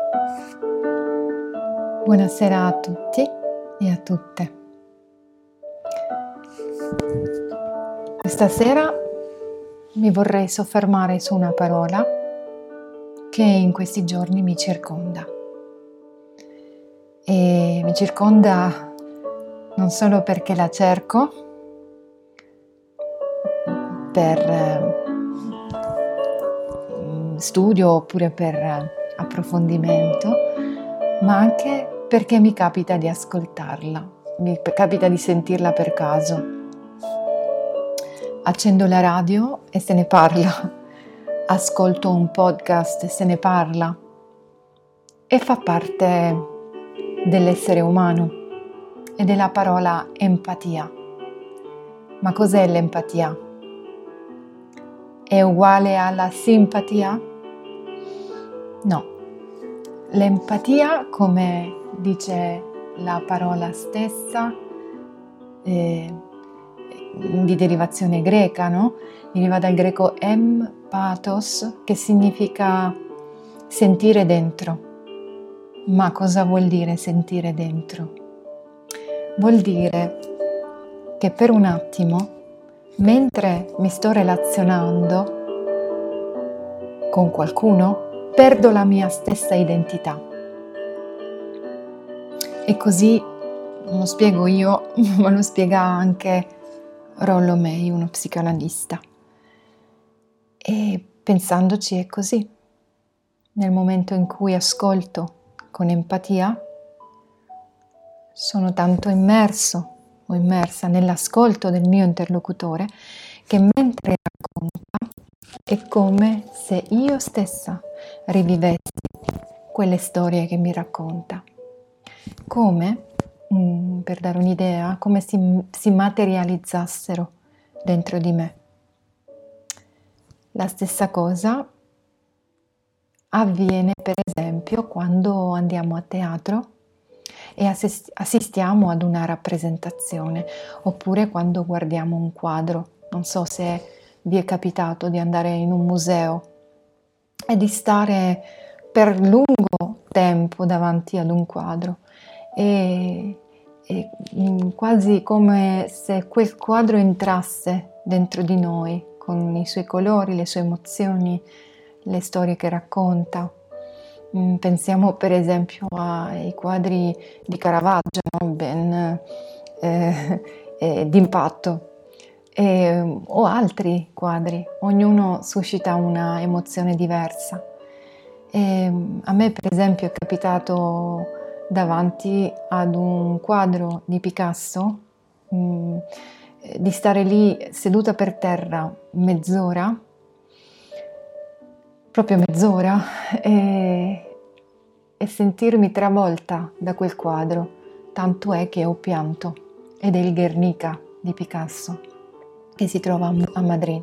Buonasera a tutti e a tutte. Questa sera mi vorrei soffermare su una parola che in questi giorni mi circonda. E mi circonda non solo perché la cerco per studio oppure per approfondimento, ma anche perché mi capita di ascoltarla, mi capita di sentirla per caso. Accendo la radio e se ne parla, ascolto un podcast e se ne parla e fa parte dell'essere umano e della parola empatia. Ma cos'è l'empatia? È uguale alla simpatia? No. L'empatia, come dice la parola stessa, di derivazione greca, no? Deriva dal greco empathos, che significa sentire dentro. Ma cosa vuol dire sentire dentro? Vuol dire che per un attimo, mentre mi sto relazionando con qualcuno, perdo la mia stessa identità. E così non lo spiego io, ma lo spiega anche Rollo May, uno psicanalista. E pensandoci è così. Nel momento in cui ascolto con empatia, sono tanto immerso o immersa nell'ascolto del mio interlocutore che mentre racconta è come se io stessa rivivessi quelle storie che mi racconta. Come, per dare un'idea, come si materializzassero dentro di me. La stessa cosa avviene per esempio quando andiamo a teatro e assistiamo ad una rappresentazione, oppure quando guardiamo un quadro. Non so se vi è capitato di andare in un museo e di stare per lungo tempo davanti ad un quadro e quasi come se quel quadro entrasse dentro di noi con i suoi colori, le sue emozioni, le storie che racconta. Pensiamo per esempio ai quadri di Caravaggio, no? Ben d'impatto, o altri quadri, ognuno suscita una emozione diversa. A me per esempio è capitato davanti ad un quadro di Picasso di stare lì seduta per terra mezz'ora, proprio mezz'ora, e sentirmi travolta da quel quadro, tanto è che ho pianto. Ed è il Guernica di Picasso, che si trova a Madrid.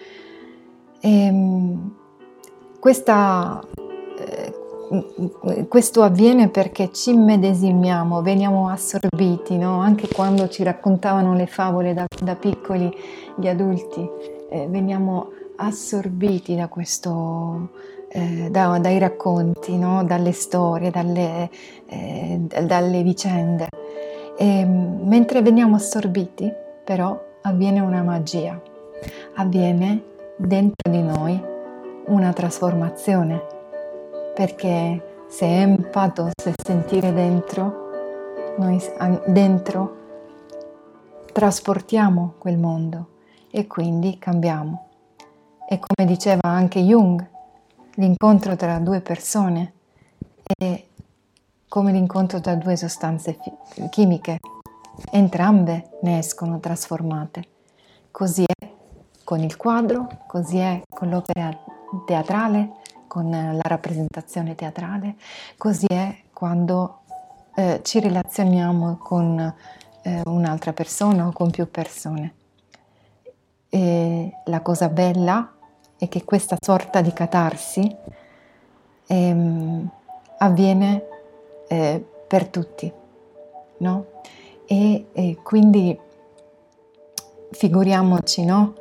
Questo avviene perché ci medesimiamo, veniamo assorbiti, no? Anche quando ci raccontavano le favole da piccoli gli adulti, veniamo assorbiti da questo, dai racconti, no? Dalle storie, dalle vicende. Mentre veniamo assorbiti, però, avviene una magia, avviene dentro di noi una trasformazione, perché se è empato, se sentire dentro, noi dentro trasportiamo quel mondo e quindi cambiamo. E come diceva anche Jung, l'incontro tra due persone è come l'incontro tra due sostanze chimiche, entrambe ne escono trasformate. Così è con il quadro, così è con l'opera teatrale, con la rappresentazione teatrale, così è quando ci relazioniamo con un'altra persona o con più persone. E la cosa bella è che questa sorta di catarsi avviene per tutti, no? E quindi figuriamoci, no?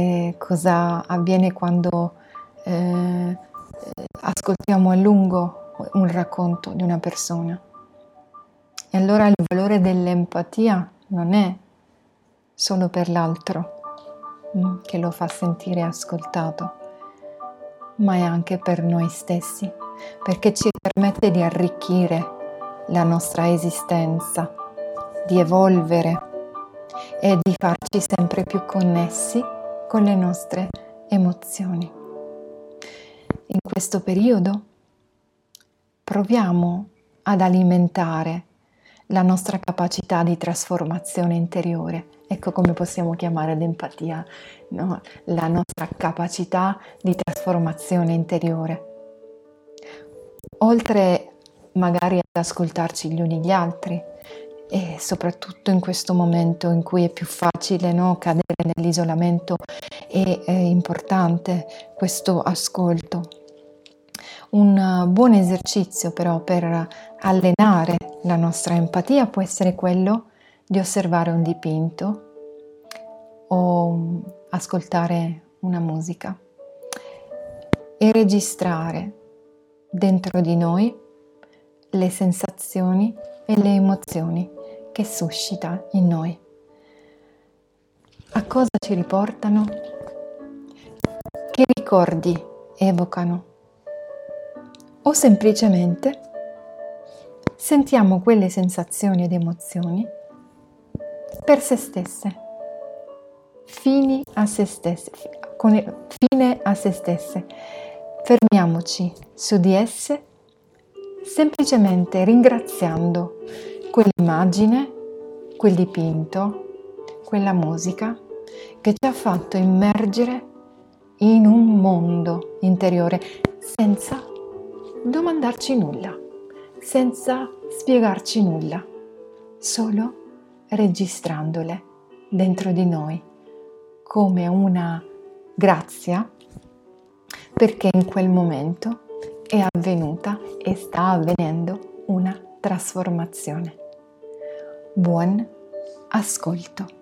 Cosa avviene quando ascoltiamo a lungo un racconto di una persona. E allora il valore dell'empatia non è solo per l'altro, che lo fa sentire ascoltato, ma è anche per noi stessi, perché ci permette di arricchire la nostra esistenza, di evolvere e di farci sempre più connessi con le nostre emozioni. In questo periodo proviamo ad alimentare la nostra capacità di trasformazione interiore. Ecco come possiamo chiamare l'empatia, no? La nostra capacità di trasformazione interiore. Oltre magari ad ascoltarci gli uni gli altri, e soprattutto in questo momento in cui è più facile, no, cadere nell'isolamento, è importante questo ascolto. Un buon esercizio però per allenare la nostra empatia può essere quello di osservare un dipinto o ascoltare una musica e registrare dentro di noi le sensazioni e le emozioni che suscita in noi. A cosa ci riportano? Che ricordi evocano? O semplicemente sentiamo quelle sensazioni ed emozioni per se stesse, fine a se stesse. Fermiamoci su di esse semplicemente ringraziando quell'immagine, quel dipinto, quella musica che ci ha fatto immergere in un mondo interiore senza domandarci nulla, senza spiegarci nulla, solo registrandole dentro di noi come una grazia, perché in quel momento è avvenuta e sta avvenendo una trasformazione. Buon ascolto.